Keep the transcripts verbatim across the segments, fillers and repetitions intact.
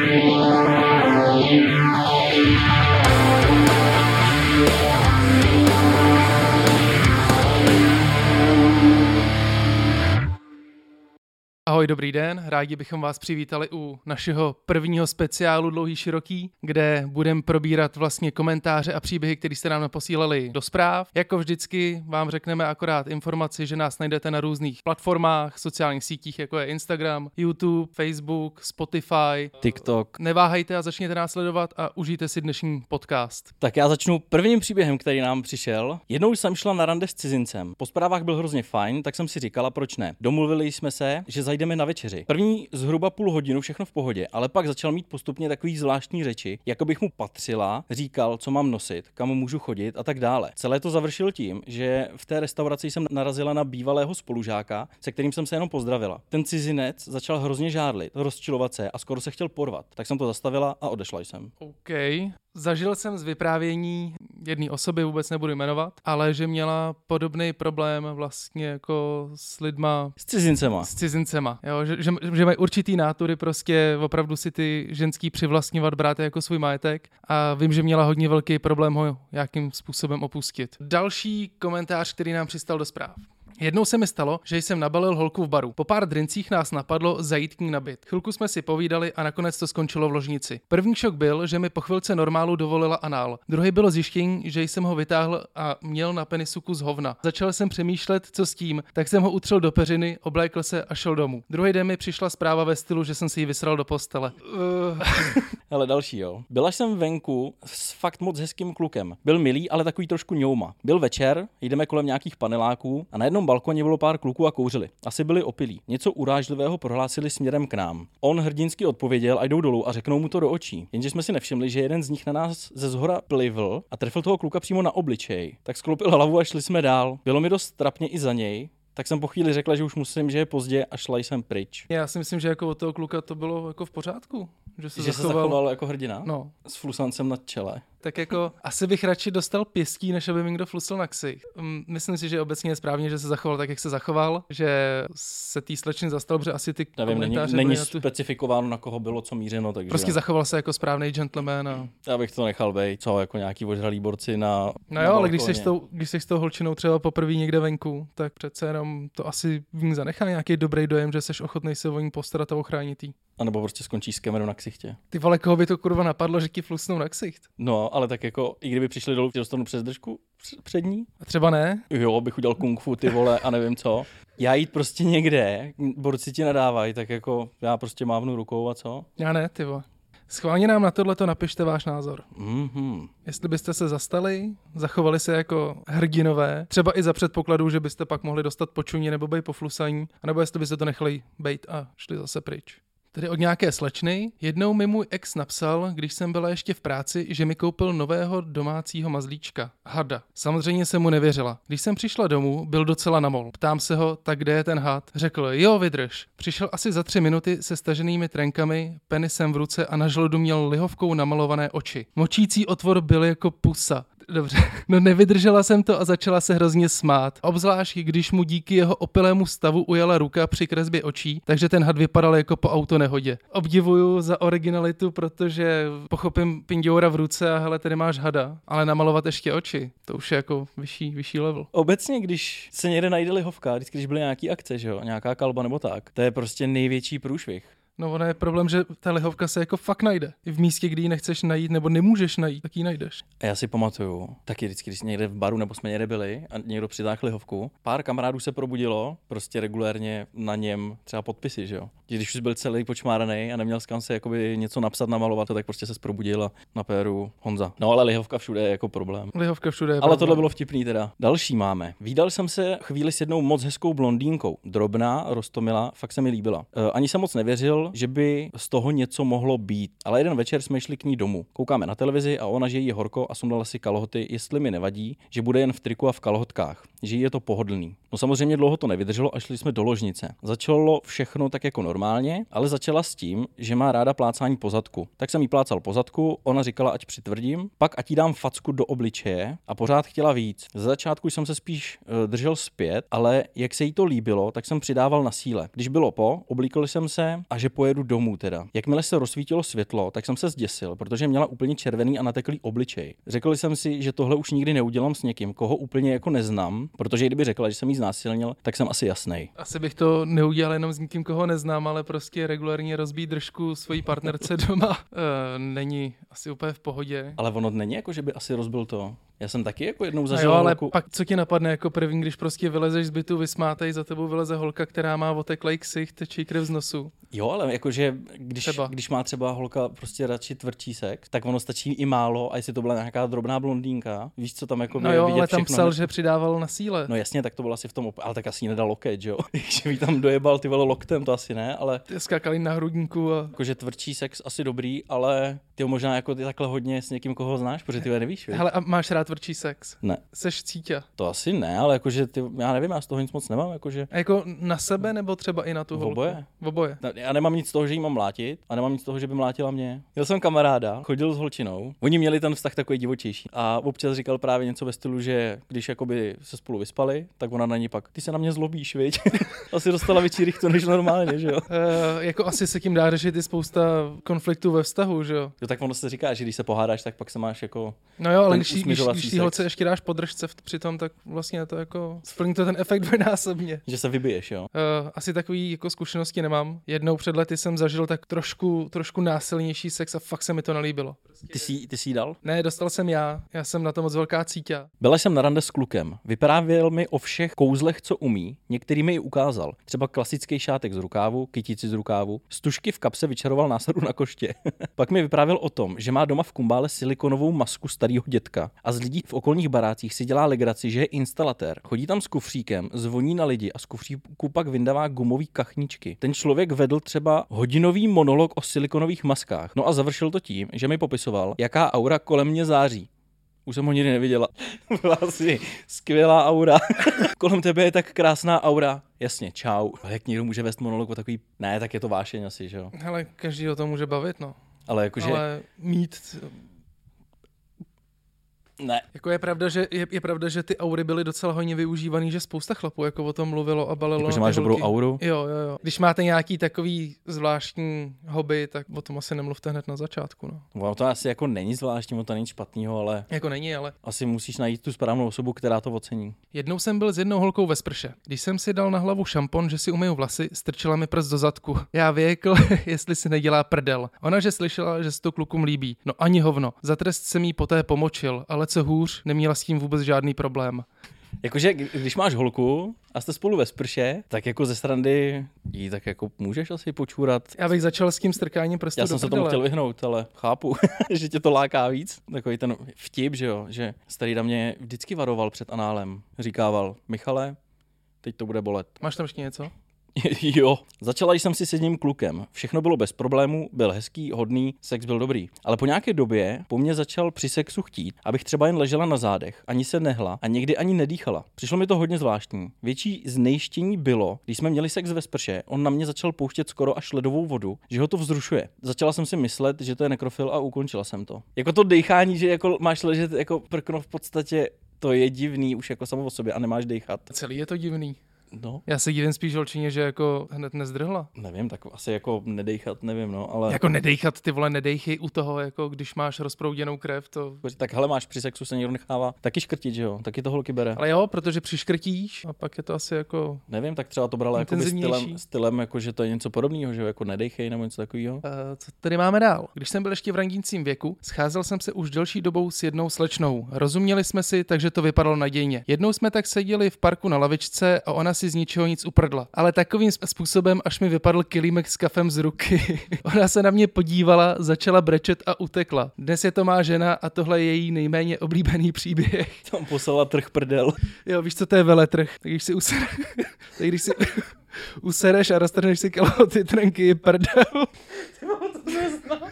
Ahoj, dobrý den, rádi bychom vás přivítali u našeho prvního speciálu Dlouhý široký, kde budeme probírat vlastně komentáře a příběhy, které jste nám posílali do zpráv. Jako vždycky vám řekneme akorát informaci, že nás najdete na různých platformách, sociálních sítích, jako je Instagram, YouTube, Facebook, Spotify, TikTok. Neváhejte a začněte nás sledovat a užijte si dnešní podcast. Tak já začnu prvním příběhem, který nám přišel. Jednou jsem šla na rande s cizincem. Po zprávách byl hrozně fajn, tak jsem si říkala, proč ne. Domluvili jsme se, že zajdeme na večeři. První zhruba půl hodinu všechno v pohodě, ale pak začal mít postupně takový zvláštní řeči, jako bych mu patřila, říkal, co mám nosit, kam můžu chodit a tak dále. Celé to završil tím, že v té restauraci jsem narazila na bývalého spolužáka, se kterým jsem se jenom pozdravila. Ten cizinec začal hrozně žádlit, rozčilovat se a skoro se chtěl porvat. Tak jsem to zastavila a odešla jsem. OK. Zažil jsem z vyprávění jedné osoby, vůbec nebudu jmenovat, ale že měla podobný problém vlastně jako s lidma... S cizincema. S cizincema, jo, že, že, že mají určitý nátury prostě opravdu si ty ženský přivlastňovat, brát jako svůj majetek a vím, že měla hodně velký problém ho jakým způsobem opustit. Další komentář, který nám přistal do zpráv. Jednou se mi stalo, že jsem nabalil holku v baru. Po pár drincích nás napadlo zajít k ní na byt. Chvilku jsme si povídali a nakonec to skončilo v ložnici. První šok byl, že mi po chvilce normálu dovolila anál. Druhý bylo zjištění, že jsem ho vytáhl a měl na penisu kus hovna. Začal jsem přemýšlet, co s tím, tak jsem ho utřel do peřiny, oblékl se a šel domů. Druhý den mi přišla zpráva ve stylu, že jsem si ji vysral do postele. Uh. Ale další, jo. Byla jsem venku s fakt moc hezkým klukem. Byl milý, ale takový trošku ňouma. Byl večer, jdeme kolem nějakých paneláků a na jednom balkoně bylo pár kluků a kouřili. Asi byli opilí. Něco urážlivého prohlásili směrem k nám. On hrdinsky odpověděl a jdou dolů a řeknou mu to do očí. Jenže jsme si nevšimli, že jeden z nich na nás ze zhora plivl a trefil toho kluka přímo na obličej. Tak sklopil hlavu a šli jsme dál. Bylo mi dost trapně i za něj. Tak jsem po chvíli řekla, že už musím, že je pozdě a šla jsem pryč. Já si myslím, že jako od toho kluka to bylo jako v pořádku. Že se, že zachoval... se zachoval jako hrdina? No. S flusancem na čele. Tak jako asi bych radši dostal pěstí, než aby mi někdo flusl na ksich. Myslím si, že obecně je správně, že se zachoval tak, jak se zachoval, že se tý slečny zastal, protože asi ty Nevím, komentáře... Není, není na tu... specifikováno, na koho bylo co mířeno, takže... Prostě zachoval se jako správný gentleman a... Já bych to nechal bejt, co, jako nějaký ožralý borci na... No jo, na ale když jsi, s tou, když jsi s tou holčinou třeba poprvé někde venku, tak přece jenom to asi v ní zanechá nějaký dobrý dojem, že jsi ochotnej se o ní postarat a ochránit jí. A nebo prostě skončíš s kamerou na ksichtě. Ty vole, koho by to kurva napadlo, že ti flusnou na ksicht? No, ale tak jako, i kdyby přišli dolů, ti dostanu přes držku před ní. A třeba ne? Jo, bych udělal kung fu, ty vole, a nevím co. Já jít prostě někde, borci ti nadávají, tak jako já prostě mávnu rukou a co? Já ne, ty vole. Schválně nám na tohleto napište váš názor. Mm-hmm. Jestli byste se zastali, zachovali se jako hrdinové, třeba i za předpokladu, že byste pak mohli dostat počuní nebo být poflusaní, anebo jestli byste to nechali bejt a šli zase pryč. Tedy od nějaké slečny. Jednou mi můj ex napsal, když jsem byla ještě v práci, že mi koupil nového domácího mazlíčka. Hada. Samozřejmě jsem mu nevěřila. Když jsem přišla domů, byl docela namol. Ptám se ho, tak kde je ten had? Řekl, jo, vydrž. Přišel asi za tři minuty se staženými trenkami, penisem v ruce a na žludu měl lihovkou namalované oči. Močící otvor byl jako pusa. Dobře, no nevydržela jsem to a začala se hrozně smát. Obzvlášť, když mu díky jeho opilému stavu ujala ruka při kresbě očí, takže ten had vypadal jako po autonehodě. Obdivuju za originalitu, protože pochopím pindoura v ruce a hele, tady máš hada, ale namalovat ještě oči, to už je jako vyšší, vyšší level. Obecně, když se někde najde lihovka, vždycky, když byly nějaký akce, že jo, nějaká kalba nebo tak, to je prostě největší průšvih. No ono je problém, že ta lihovka se jako fakt najde. I v místě, kdy ji nechceš najít nebo nemůžeš najít, tak ji najdeš. A já si pamatuju, taky vždycky, když někde v baru nebo jsme někde byli a někdo přitáhl lihovku, pár kamarádů se probudilo, prostě regulérně na něm třeba podpisy, že jo. Když už byl celý počmáraný a neměl kam se jakoby něco napsat, namalovat, tak prostě se probudil a na péru Honza. No ale lihovka všude je jako problém. Lihovka všude je ale problém. Tohle bylo vtipný teda. Další máme. Vídal jsem se chvíli s jednou moc hezkou blondýnkou. Drobná, roztomilá, fakt se mi líbila. E, ani jsem moc nevěřil, že by z toho něco mohlo být. Ale jeden večer jsme šli k ní domů. Koukáme na televizi a ona, že jí je horko a sundala si kalhoty, jestli mi nevadí, že bude jen v triku a v kalhotkách. Že jí je to pohodlný. No samozřejmě dlouho to nevydrželo a šli jsme do ložnice. Začalo všechno tak jako normálně, ale začala s tím, že má ráda plácání po zadku. Tak jsem jí plácal po zadku, ona říkala, ať přitvrdím, pak ať jí dám facku do obličeje a pořád chtěla víc. Ze začátku jsem se spíš uh, držel zpět, ale jak se jí to líbilo, tak jsem přidával na síle. Když bylo po, oblíkl jsem se a že pojedu domů teda. Jakmile se rozsvítilo světlo, tak jsem se zděsil, protože měla úplně červený a nateklý obličej. Řekl jsem si, že tohle už nikdy neudělám s někým, koho úplně jako neznám, protože kdyby řekla, že jsem jí znásilnil, tak jsem asi jasnej. Asi bych to neudělal jenom s někým, koho neznám, ale prostě regulárně rozbít držku svojí partnerce doma e, není asi úplně v pohodě. Ale ono není jako, že by asi rozbil to. Já jsem taky jako jednou zažil. Jo, ale holku... pak co ti napadne jako první, když prostě vylezeš z bytu, vysmátej, za tebou vyleze holka, která má oteklej ksicht, tečí krev z nosu. Jo, ale jakože když, když má třeba holka prostě radši tvrdší sex, tak ono stačí i málo a jestli to byla nějaká drobná blondýnka, víš, co tam jako no jo, vidět ale tam všechno, psal, ne? že přidával na síle. No jasně, tak to bylo asi v tom, op... ale tak asi jí nedal loket, že jo? Že mi tam dojebal ty vole loktem, to asi ne, ale... Ty skákali na hrudníku a... Jakože tvrdší sex asi dobrý, ale ty možná jako ty takhle hodně s někým, koho znáš, protože ty nevíš, víš? Hele, a máš rád tvrdší sex? Ne. Seš cítě? To asi ne, ale jakože ty, já nevím, já z toho nic moc nemám, jakože... A jako na sebe nebo třeba i na tu holku? Oboje. Oboje. Já nemám nic z toho, že jí mám mlátit a nemám nic z toho, že by mlátila mě. Měl jsem kamaráda, chodil s holčinou, oni měli ten vztah takový divočejší a občas říkal právě něco ve stylu, že když jakoby se spolu vyspali, tak ona na ní pak, ty se na mě zlobíš, viď? Asi dostala větší rychto než normálně, že jo? Uh, jako asi se tím dá řešit i spousta konfliktů ve vztahu, že jo? Jo, tak ono se říká, že když se pohádáš, tak pak se máš jako... No jo, ale když, když, když ty holce ještě dáš podržce přitom, tak vlastně to jako splní to ten efekt dvojnásobně. Že se vybiješ, jo? Uh, asi takový jako zkušenosti nemám. Jednou před lety jsem zažil tak trošku, trošku násilnější sex a fakt se mi to nelíbilo. Ty jsi, ty jsi dal? Ne, dostal jsem já. Já jsem na to moc velká cítě. Byla jsem na rande s klukem. Vyprávěl mi o všech kouzlech, co umí. Některý mi i ukázal. Třeba klasický šátek z rukávu, kytici z rukávu. Z tužky v kapse vyčaroval násadu na koště. Pak mi vyprávěl o tom, že má doma v kumbále silikonovou masku starého dětka a z lidí v okolních barácích si dělá legraci, že je instalatér. Chodí tam s kufříkem, zvoní na lidi a z kufříku pak vyndává gumový kachničky. Ten člověk vedl třeba hodinový monolog o silikonových maskách. No a završil to tím, že mi popisoval, jaká aura kolem mě září. Už jsem ho nikdy neviděla. Byla asi skvělá aura. Kolem tebe je tak krásná aura. Jasně, čau. Ale jak někdo může vést monolog o takový... Ne, tak je to vášeň asi, že jo? Hele, každý o tom může bavit, no. Ale jakože... Ale mít... Ne. Jako je pravda, že je, je pravda, že ty aury byly docela hodně využívaný, že spousta chlapů jako o tom mluvilo a balilo. Jako, že máš dobrou auru? Jo, jo, jo. Když máte nějaký takový zvláštní hobby, tak o tom asi nemluvte hned na začátku, no. No, to asi jako není zvláštní, to není špatného, ale... Jako není, ale... Asi musíš najít tu správnou osobu, která to ocení. Jednou jsem byl s jednou holkou ve sprše. Když jsem si dal na hlavu šampon, že si umyju vlasy, strčila mi prst do zadku. Já věkl, jestli si nedělá prdel. Ona, že slyšela, že se to klukům líbí. No ani hovno. Za trest jsem jí poté pomočil, ale co hůř, neměla s tím vůbec žádný problém. Jakože, když máš holku a jste spolu ve sprše, tak jako ze srandy jí tak jako můžeš asi počůrat. Já bych začal s tím strkáním prstů Já do jsem se prdele. tomu chtěl vyhnout, ale chápu, že tě to láká víc. Takový ten vtip, že jo, že starý na mě vždycky varoval před análem. Říkával, Michale, teď to bude bolet. Máš tam ještě něco? Jo. Začala jsem si s jedním klukem. Všechno bylo bez problémů, byl hezký, hodný, sex byl dobrý. Ale po nějaké době po mně začal při sexu chtít, abych třeba jen ležela na zádech, ani se nehla a někdy ani nedýchala. Přišlo mi to hodně zvláštní. Větší znejštění bylo, když jsme měli sex ve sprše, on na mě začal pouštět skoro až ledovou vodu, že ho to vzrušuje. Začala jsem si myslet, že to je nekrofil a ukončila jsem to. Jako to dýchání, že jako máš ležet jako prkno v podstatě, to je divný už jako samo o sobě a nemáš dýchat. Celý je to divný. No. Já se divím spíš holčině, že jako hned nezdrhla. Nevím, tak asi jako nedejchat, nevím, no, ale... Jako nedejchat, ty vole, nedejchy u toho, jako když máš rozprouděnou krev, to... Tak hele, máš při sexu se někdo nechává taky škrtit, že jo, taky to holky bere. Ale jo, protože přiškrtíš a pak je to asi jako... Nevím, tak třeba to brala jako stylem, stylem, jako že to je něco podobného, že jo, jako nedejchej nebo něco takového. Uh, co tady máme dál? Když jsem byl ještě v randícím věku, scházel jsem se už delší dobou s jednou slečnou. Rozuměli jsme si, takže to vypadalo nadějně. Jednou jsme tak seděli v parku na lavičce a ona si z ničeho nic uprdla. Ale takovým způsobem, až mi vypadl kilímek s kafem z ruky. Ona se na mě podívala, začala brečet a utekla. Dnes je to má žena a tohle je její nejméně oblíbený příběh. Tam poslala trh prdel. Jo, víš, co to je veletrh? Tak když si user... tak když si usereš a roztrhneš si kalhoty, trenky je prdel. Ty mám to neznám.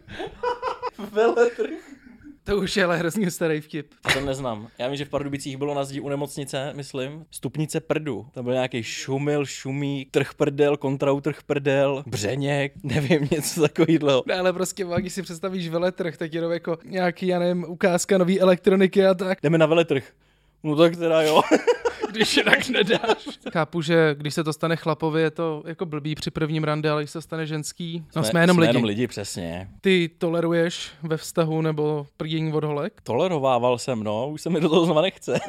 Veletrh. To už je ale hrozně starý vtip. To neznám. Já vím, že v Pardubicích bylo na zdi u nemocnice, myslím, stupnice prdu. Tam byl nějaký šumil, šumí, trh prdel, kontrautrh prdel, břeněk, nevím, něco takovýhle. Ne, ale prostě, když si představíš veletrh, tak jenom jako nějaký, já nevím, ukázka nový elektroniky a tak. Jdeme na veletrh. No tak teda jo. když jinak nedáš. Chápu, že když se to stane chlapovi, je to jako blbý při prvním rande, ale když se stane ženský, no jsme, jsme jenom jsme lidi. jenom lidi, přesně. Ty toleruješ ve vztahu nebo prdění od holek? Tolerovával jsem, no, už se mi do toho znova nechce.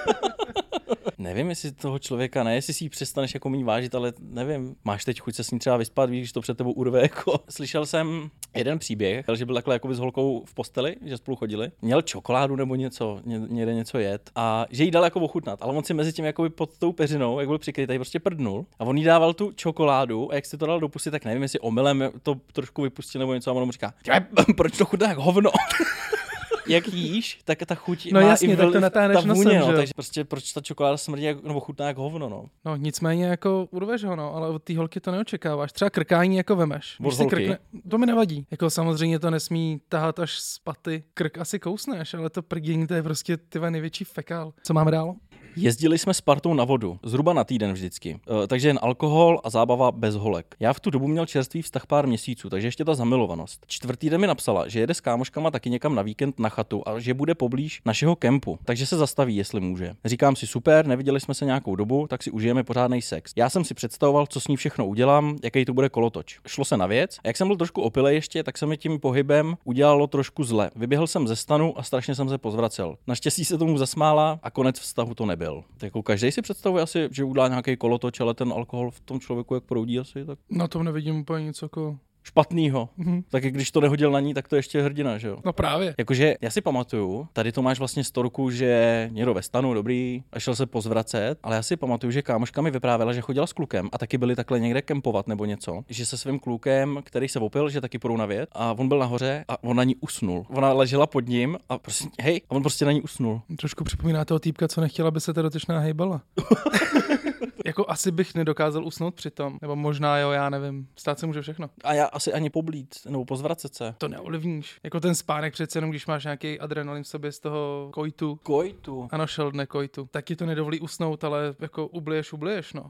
Nevím, jestli toho člověka ne, jestli si ji přestaneš jako méně vážit, ale nevím, máš teď chuť se s ní třeba vyspat, víš, že to před tebou urve jako. Slyšel jsem jeden příběh, že byl takhle jako s holkou v posteli, že spolu chodili. Měl čokoládu nebo něco, ně, někde něco jet a že jí dal jako ochutnat, ale on si mezi tím jako pod tou peřinou, jak byl přikrytý, prostě prdnul a on jí dával tu čokoládu a jak si to dal do pusy, tak nevím, jestli omylem to trošku vypustil nebo něco a on mu říká, proč to chutná jak hovno. Jak jíš, tak ta chuť no má jasně, i tak to natáhneš ta vůně, nosem, no, že? takže prostě proč ta čokoláda smrdí jak, nebo chutná jak hovno, no. No nicméně jako urveš ho, no, ale od té holky to neočekáváš. Třeba krkání jako vemeš. Od holky? Krkne, to mi nevadí. Jako samozřejmě to nesmí tahat až z paty. Krk asi kousneš, ale to prdění to je prostě tyva největší fekál. Co máme dál? Jezdili jsme s partou na vodu, zhruba na týden vždycky. E, takže jen alkohol a zábava bez holek. Já v tu dobu měl čerstvý vztah pár měsíců, takže ještě ta zamilovanost. Čtvrtý den mi napsala, že jede s kámoškama taky někam na víkend na chatu a že bude poblíž našeho kempu, takže se zastaví, jestli může. Říkám si super, neviděli jsme se nějakou dobu, tak si užijeme pořádný sex. Já jsem si představoval, co s ní všechno udělám, jaký to bude kolotoč. Šlo se na věc. A jak jsem byl trošku opilej ještě, tak se mi tím pohybem udělalo trošku zle. Vyběhl jsem ze stanu a strašně jsem se pozvracel. Naštěstí se tomu zasmála a konec vztahu to nebyl. Tak jako každý si představuje asi, že udělá nějaký kolotoč, ale ten alkohol v tom člověku jak proudí asi, tak Na tom nevidím úplně nic jako špatnýho. Mhm. Tak když to nehodil na ní, tak to ještě je hrdina, že jo? No právě. Jakože já si pamatuju, tady to máš vlastně storku, že někdo ve stanu, dobrý, a šel se pozvracet, ale já si pamatuju, že kámoška mi vyprávěla, že chodila s klukem a taky byli takhle někde kempovat nebo něco, že se svým klukem, který se opil, že taky půjdou na věc a on byl nahoře a on na ní usnul. Ona ležela pod ním a prostě, hej, a on prostě na ní usnul. Trošku připomíná toho týpka, co nechtěla, aby se ta dotyčná hejbala. Jako asi bych nedokázal usnout přitom, nebo možná jo, já nevím, stát se může všechno. A já asi ani poblít, nebo pozvracet se. To neovlivníš. Jako ten spánek přece jenom, když máš nějaký adrenalin v sobě z toho kojtu. Kojtu. Ano, šeldne kojtu. Tak ti to nedovolí usnout, ale jako ubliješ, ubliješ, no.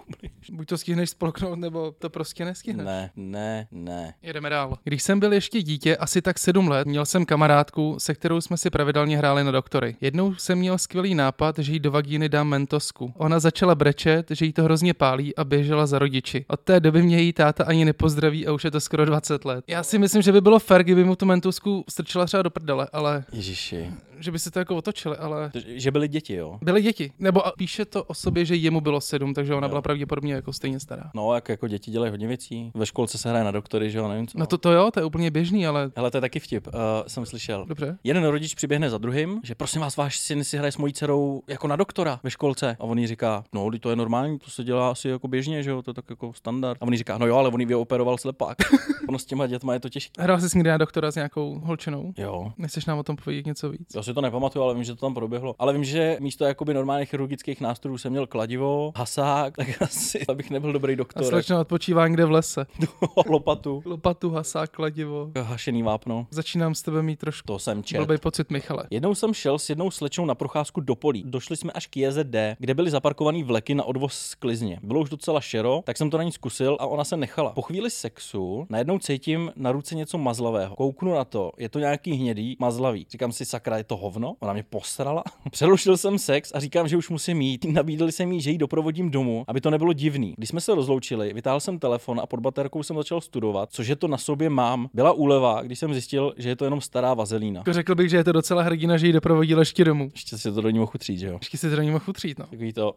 Buď to stihneš spolknout, nebo to prostě nestihneš. Ne, ne, ne. Jedeme dál. Když jsem byl ještě dítě, asi tak sedm let, měl jsem kamarádku, se kterou jsme si pravidelně hráli na doktory. Jednou jsem měl skvělý nápad, že jí do vagíny dám mentosku. Ona začala brečet, že jí to hrozně pálí a běžela za rodiči. Od té doby mě její táta ani nepozdraví a už je to skoro dvacet let. Já si myslím, že by bylo fér, kdyby mu tu mentosku strčila třeba do prdele, ale Ježiši. že by si to jako otočili, ale Že byly děti, jo? byly děti. Nebo a píše to o sobě, že jemu bylo sedm, takže ona Jo. byla pravděpodobně jako stejně stará. No, jak jako děti dělají hodně věcí. Ve školce se hraje na doktory, že jo, nevím co. No to, to jo, to je úplně běžný, ale Hele, to je taky vtip, uh, jsem slyšel. dobře. Jeden rodič přiběhne za druhým, že prosím vás, váš syn si hraje s mojí dcerou jako na doktora ve školce. A on jí říká, no, to je normální, to se dělá asi jako běžně, že jo, to je tak jako standard. A on jí říká, no jo, ale on jí vyoperoval slepák. Ono s těma dětma je to těžké. Hrál jsi někdy na doktora s nějakou holčinou? Jo. Nechceš nám o tom povědět něco víc? Já si to nepamatuju, ale vím, že to tam proběhlo. Ale vím, že místo jakoby normálních chirurgických nástrojů jsem měl kladivo, hasák, tak asi abych nebyl dobrý A doktor. slečna odpočívá někde v lese. Lopatu. Lopatu, hasák, kladivo. Hašený vápno. Začínám s tebe mít trošku To jsem čet. blbej pocit, Michale. Jednou jsem šel s jednou slečnou na procházku do polí. Došli jsme až k J Z D, kde byly zaparkovaný vleky na odvoz sklizně. Bylo už docela šero, tak jsem to na ní zkusil a ona se nechala. Po chvíli sexu najednou cítím na ruce něco mazlavého. Kouknu na to, je to nějaký hnědý, mazlavý. Říkám si, sakra, je to hovno? Ona mě posrala. Přerušil jsem sex a říkám, že už musím jít. Nabídli se mi, že ji doprovodím domů, aby to nebylo divný. Když jsme se rozloučili, vytáhl jsem telefon a pod baterkou jsem začal studovat, cože to na sobě mám. Byla úleva, když jsem zjistil, že je to jenom stará vazelína. Jako řekl bych, že je to docela hrdina, že ji doprovodil ještě domů. Ještě si to do ní mohl chutřít, že jo? Ještě si to do ní mohl chutřít, no. Takový to,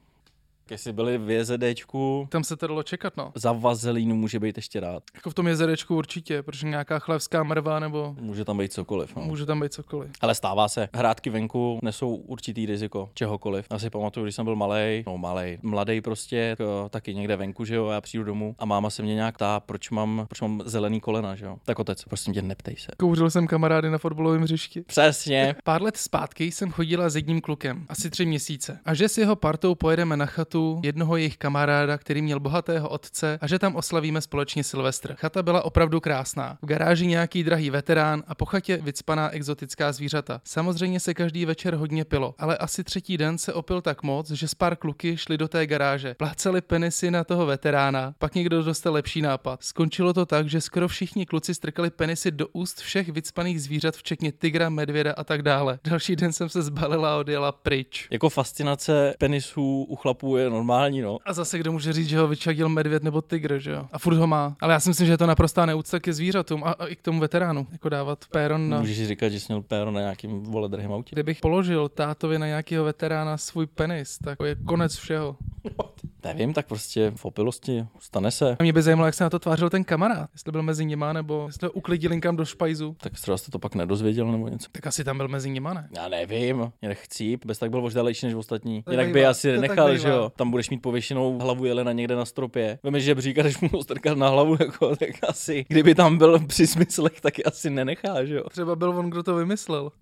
jestli byli v JZDčku, Tam se to dalo čekat, no. za vazelínu může být ještě rád. Jako v tom jezerečku určitě, protože nějaká chlevská mrva nebo Může tam být cokoliv. No. může tam být cokoliv. Ale stává se. Hrátky venku nesou určitý riziko čehokoliv. Já si pamatuju, když jsem byl malej, no malej, mladý prostě, k, taky někde venku, že jo, a já přijdu domů a máma se mě nějak ptá, proč mám, proč mám zelený kolena, že jo. Tak otec, prostě tě neptej se. Kouřil jsem kamarády na fotbalovém hřišti. Přesně. Pár let zpátky jsem chodila s jedním klukem, asi tři měsíce. A že s jeho partou pojedeme na chatu chatu jednoho jejich kamaráda, který měl bohatého otce a že tam oslavíme společně Silvestr. Chata byla opravdu krásná. V garáži nějaký drahý veterán a po chatě vycpaná exotická zvířata. Samozřejmě se každý večer hodně pilo, ale asi třetí den se opil tak moc, že s pár kluky šli do té garáže. Plácali penisy na toho veterána, pak někdo dostal lepší nápad. Skončilo to tak, že skoro všichni kluci strkali penisy do úst všech vycpaných zvířat, včetně tygra, medvěda a tak dále. Další den jsem se zbalila a odjela pryč. Jako fascinace penisů u chlapů je normální, no. A zase kdo může říct, že ho vyčadil medvěd nebo tygr, že jo? A furt ho má. Ale já si myslím, že je to naprostá neúcta ke zvířatům a, a i k tomu veteránu. Jako dávat péron na... Můžeš říkat, že jsi měl péron na nějakým vole drahým autě. Kdybych položil tátovi na nějakého veterána svůj penis, tak je konec všeho. Nevím, tak prostě v opilosti stane se. A mě by zajímalo, jak se na to tvářil ten kamarád. Jestli byl mezi nima, nebo jestli ho uklidil někam do špajzu. Tak třeba jste to pak nedozvěděl nebo něco. Tak asi tam byl mezi nima, ne? Já nevím, mě nechci, bez tak byl voždalejší než ostatní. To Jinak by bývá, asi to nechal, tak že jo. Tam budeš mít pověšenou hlavu jelena někde na stropě. Vemeš žebřík a když mu ho strkat na hlavu, jako, tak asi, kdyby tam byl při smyslech, tak asi nenechá, že jo. Třeba byl on, kdo to vymyslel.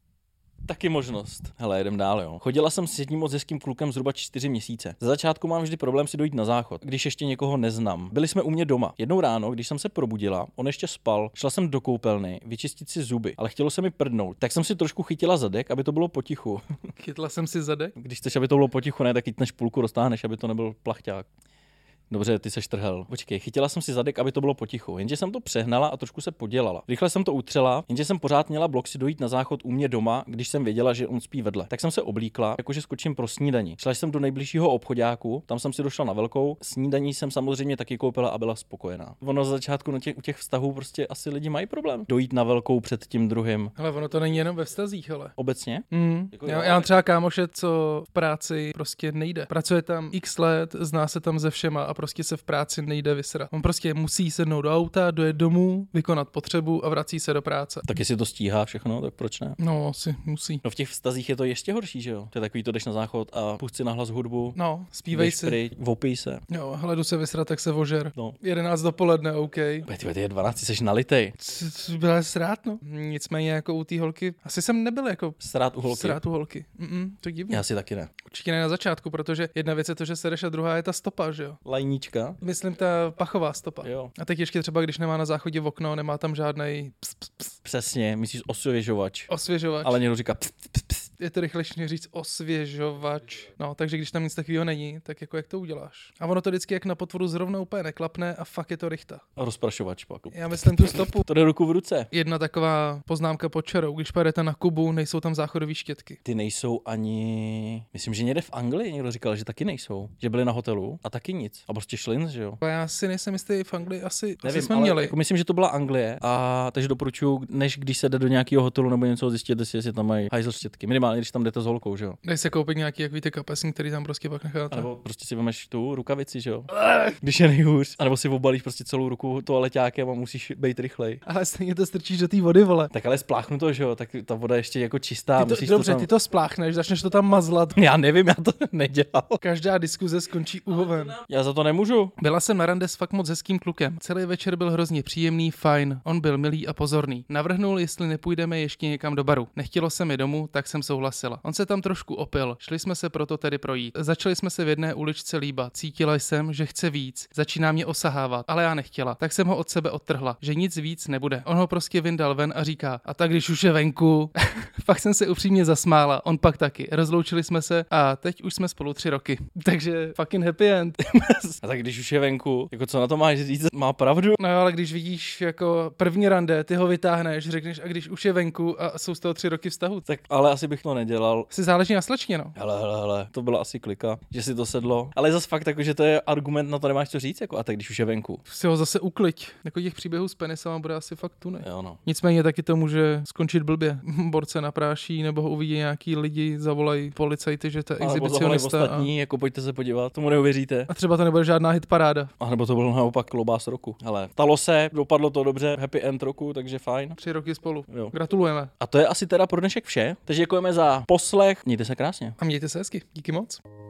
Taky možnost. Hele, jedem dál, jo. Chodila jsem s jedním moc hezkým klukem zhruba čtyři měsíce. Za začátku mám vždy problém si dojít na záchod, když ještě někoho neznám. Byli jsme u mě doma. Jednou ráno, když jsem se probudila, on ještě spal, šla jsem do koupelny vyčistit si zuby, ale chtělo se mi prdnout. Tak jsem si trošku chytila zadek, aby to bylo potichu. Chytla jsem si zadek? Když chceš, aby to bylo potichu, ne, tak chytneš půlku, roztáhneš, aby to nebyl plachťák. Dobře, ty seš trhel. Počkej, chytila jsem si zadek, aby to bylo potichu. Jenže jsem to přehnala a trošku se podělala. Rychle jsem to utřela, jenže jsem pořád měla blok si dojít na záchod u mě doma, když jsem věděla, že on spí vedle. Tak jsem se oblíkla, jakože skočím pro snídani. Šla jsem do nejbližšího obchodáku, tam jsem si došla na velkou. Snídaní jsem samozřejmě taky koupila a byla spokojená. Ono z začátku na těch, u těch vztahů prostě asi lidi mají problém dojít na velkou před tím druhým. Ale ono to není jenom ve vztazích, ale. Obecně? Mm. Jako já, já mám třeba kámoše, co v práci prostě nejde. Pracuje tam x let, zná se tam ze všema a prostě se v práci nejde vysrat. On prostě musí sednout do auta, dojet domů, vykonat potřebu a vrací se do práce. Tak jestli to stíhá všechno, tak proč ne? No, asi musí. No v těch vztazích je to ještě horší, že jo? To je takový, to jdeš na záchod a pusť si nahlas hudbu. No, zpívej si. Pryč, vopij se. Jo, hledu se vysrat, tak se vožer. No. jedenáct dopoledne, OK. Ty je dvanáct, jsi nalitej. Byla srát, no. Nicméně jako u té holky, asi jsem nebyl jako Srát u holky. Srát u holky. Mm-mm, to je divný. Já si taky ne. Určitě ne na začátku, protože jedna věc je to, že sedeš a druhá je ta stopa, že jo? Lajníčka. Myslím ta pachová stopa. Jo. A tak ještě třeba, když nemá na záchodě v okno, nemá tam žádnej ps, ps, ps. Přesně, myslíš osvěžovač. Osvěžovač. Ale někdo říká ps, ps, ps. Je to rychlejší než říct osvěžovač. No, takže když tam nic takového není, tak jako jak to uděláš? A ono to vždycky jak na potvoru zrovna úplně neklapne a fakt je to rychta. A rozprašovač pak. Já myslím tu stopu. To jde ruku v ruce. Jedna taková poznámka pod čarou. Když pojedete na Kubu, nejsou tam záchodové štětky. Ty nejsou ani... Myslím, že někde v Anglii někdo říkal, že taky nejsou. Že byli na hotelu a taky nic. A prostě šlins, že jo? A já si nejsem jistý, v Anglii asi, Nevím, asi jsme ale měli. Jako myslím, že to byla Anglie a takže doporučuji, než když se jde do nějakého hotelu nebo něco, zjistěte si, jestli tam mají hajzl štětky. Minimálně, když tam jdete s holkou, že jo? Dej se koupit nějaký, jak víte, kapesník, který tam prostě pak necháte. A nebo prostě si vemeš tu rukavici, že jo? Když je nejhůř. A nebo si obalíš prostě celou ruku toaleťákem a musíš být rychlej. Ale stejně to strčíš do té vody, vole. Tak ale spláchnu to, že jo? Tak ta voda ještě jako čistá. Ty to, musíš dobře, to tam... ty to spláchneš, začneš to tam mazlat. Já nevím, já to nedělal. Každá diskuze skončí úhovem. Já za to nemůžu. Byla jsem na rande s fakt moc hezkým klukem. Celý večer byl hrozně příjemný, fajn. On byl milý a pozorný. Navrhnul, jestli nepůjdeme ještě někam do baru. Nechtělo se mi domů, tak jsem souhlasila. On se tam trošku opil. Šli jsme se proto tedy projít. Začali jsme se v jedné uličce líbat. Cítila jsem, že chce víc. Začíná mě osahávat, ale já nechtěla. Tak jsem ho od sebe odtrhla, že nic víc nebude. On ho prostě vyndal ven a říká: "A tak když už je venku." Fakt jsem se upřímně zasmála. On pak taky. Rozloučili jsme se a teď už jsme spolu tři roky. Takže fucking happy end. A tak když už je venku, jako co na to máš říct, má pravdu. No ale když vidíš jako první rande, ty ho vytáhneš, řekneš, a když už je venku a jsou z toho tři roky vztahu. Tak ale asi bych to nedělal. Si záleží na slečně, no. Hele, hele, hele, to byla asi klika, že si to sedlo. Ale zas fakt jako, že to je argument, na to nemáš co říct, jako a tak když už je venku. Si ho zase ukliď. Jako těch příběhů s penisama bude asi fakt tuny. Jo, no. Nicméně taky to může skončit blbě. Borce napráší, nebo ho uvidí nějaký lidi, zavolají policajty, že to je exhibicionista. Ostatní, a... jako pojďte se podívat, tomu neuvěříte. A třeba to nebude žádná hitparáda. A nebo to byl naopak klobás roku. Ale stalo se, dopadlo to dobře, happy end roku, takže fajn. Tři roky spolu. Jo. Gratulujeme. A to je asi teda pro dnešek vše. Takže děkujeme za poslech. Mějte se krásně. A mějte se hezky. Díky moc.